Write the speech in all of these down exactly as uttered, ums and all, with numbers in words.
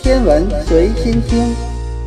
天文随心听，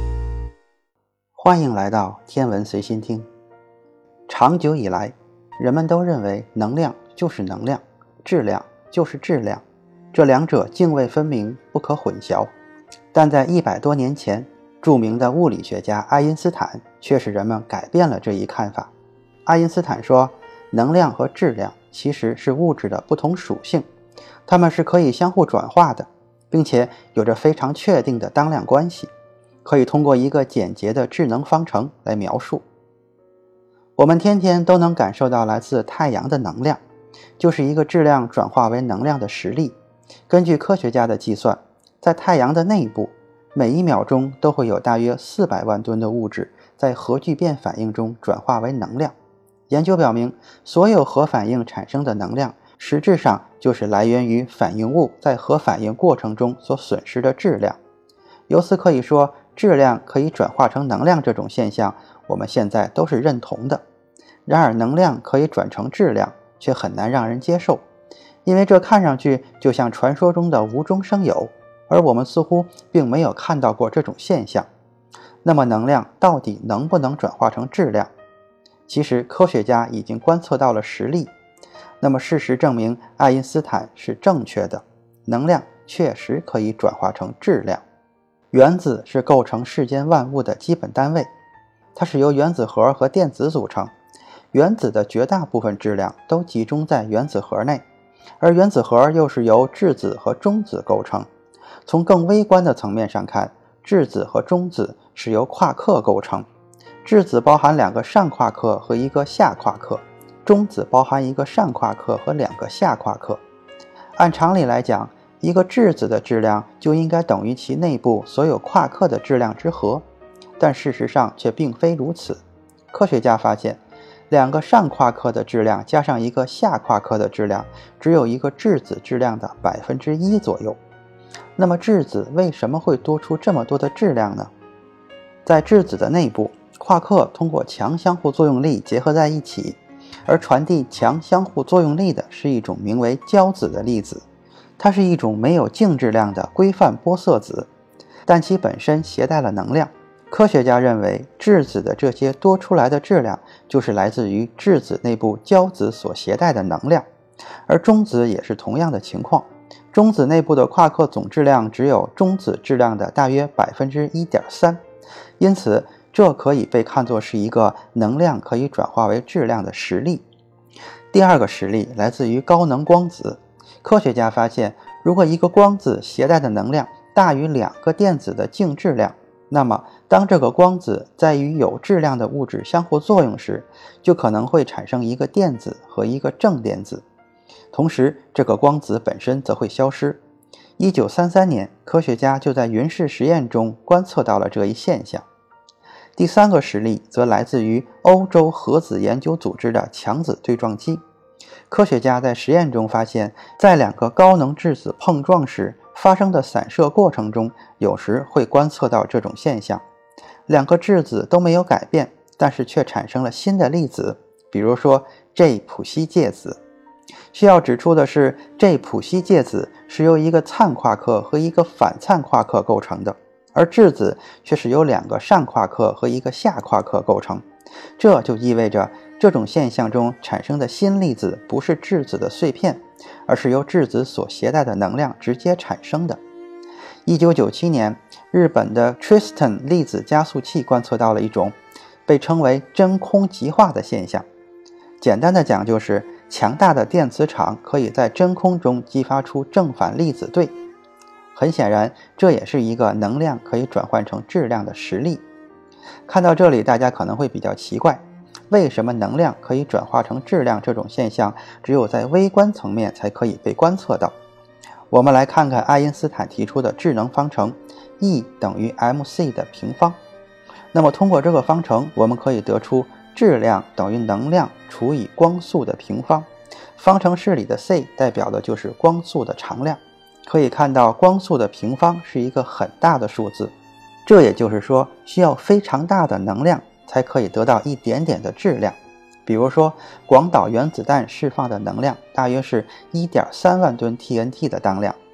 欢迎来到天文随心听。长久以来，人们都认为能量就是能量，质量就是质量，这两者泾渭分明，不可混淆。但在一百多年前，著名的物理学家爱因斯坦却使人们改变了这一看法。爱因斯坦说，能量和质量其实是物质的不同属性，它们是可以相互转化的，并且有着非常确定的当量关系，可以通过一个简洁的质能方程来描述。我们天天都能感受到来自太阳的能量，就是一个质量转化为能量的实例。根据科学家的计算，在太阳的内部，每一秒钟都会有大约四百万吨的物质在核聚变反应中转化为能量。研究表明，所有核反应产生的能量实质上就是来源于反应物在核反应过程中所损失的质量。由此可以说，质量可以转化成能量这种现象，我们现在都是认同的。然而，能量可以转成质量，却很难让人接受，因为这看上去就像传说中的无中生有，而我们似乎并没有看到过这种现象。那么，能量到底能不能转化成质量？其实，科学家已经观测到了实例。那么，事实证明，爱因斯坦是正确的，能量确实可以转化成质量。原子是构成世间万物的基本单位，它是由原子核和电子组成。原子的绝大部分质量都集中在原子核内，而原子核又是由质子和中子构成。从更微观的层面上看，质子和中子是由夸克构成。质子包含两个上夸克和一个下夸克，中子包含一个上夸克和两个下夸克。按常理来讲，一个质子的质量就应该等于其内部所有夸克的质量之和，但事实上却并非如此。科学家发现，两个上夸克的质量加上一个下夸克的质量，只有一个质子质量的百分之一左右。那么质子为什么会多出这么多的质量呢？在质子的内部，夸克通过强相互作用力结合在一起，而传递强相互作用力的是一种名为胶子的粒子，它是一种没有净质量的规范玻色子，但其本身携带了能量。科学家认为，质子的这些多出来的质量就是来自于质子内部胶子所携带的能量，而中子也是同样的情况。中子内部的夸克总质量只有中子质量的大约 百分之一点三， 因此这可以被看作是一个能量可以转化为质量的实例。第二个实例来自于高能光子。科学家发现，如果一个光子携带的能量大于两个电子的净质量，那么当这个光子在与有质量的物质相互作用时，就可能会产生一个电子和一个正电子，同时这个光子本身则会消失。一九三三年，科学家就在云室实验中观测到了这一现象。第三个实例则来自于欧洲核子研究组织的强子对撞机。科学家在实验中发现，在两个高能质子碰撞时发生的散射过程中，有时会观测到这种现象。两个质子都没有改变，但是却产生了新的粒子，比如说 J 普希介子。需要指出的是， J 普希介子是由一个灿夸克和一个反灿夸克构成的，而质子却是由两个上夸克和一个下夸克构成。这就意味着，这种现象中产生的新粒子不是质子的碎片，而是由质子所携带的能量直接产生的。一九九七年，日本的 Tristan 粒子加速器观测到了一种被称为真空极化的现象。简单的讲，就是强大的电磁场可以在真空中激发出正反粒子对。很显然，这也是一个能量可以转换成质量的实例。看到这里，大家可能会比较奇怪，为什么能量可以转化成质量这种现象只有在微观层面才可以被观测到？我们来看看爱因斯坦提出的质能方程 E 等于 mc 的平方。那么通过这个方程，我们可以得出质量等于能量除以光速的平方。方程式里的 c 代表的就是光速的常量。可以看到，光速的平方是一个很大的数字，这也就是说，需要非常大的能量才可以得到一点点的质量。比如说，广岛原子弹释放的能量大约是 一点三万吨 T N T 的当量，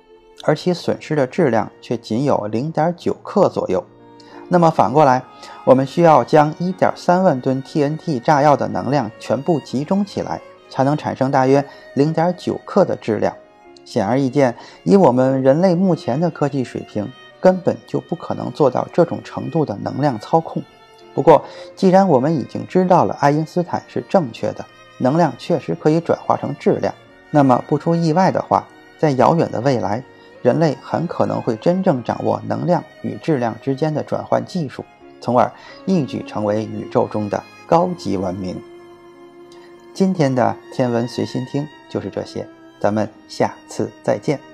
而其损失的质量却仅有 零点九 克左右。那么反过来，我们需要将 一点三万吨 T N T 炸药的能量全部集中起来，才能产生大约 零点九 克的质量。显而易见，以我们人类目前的科技水平，根本就不可能做到这种程度的能量操控。不过，既然我们已经知道了爱因斯坦是正确的，能量确实可以转化成质量，那么不出意外的话，在遥远的未来，人类很可能会真正掌握能量与质量之间的转换技术，从而一举成为宇宙中的高级文明。今天的天文随心听就是这些，咱们下次再见。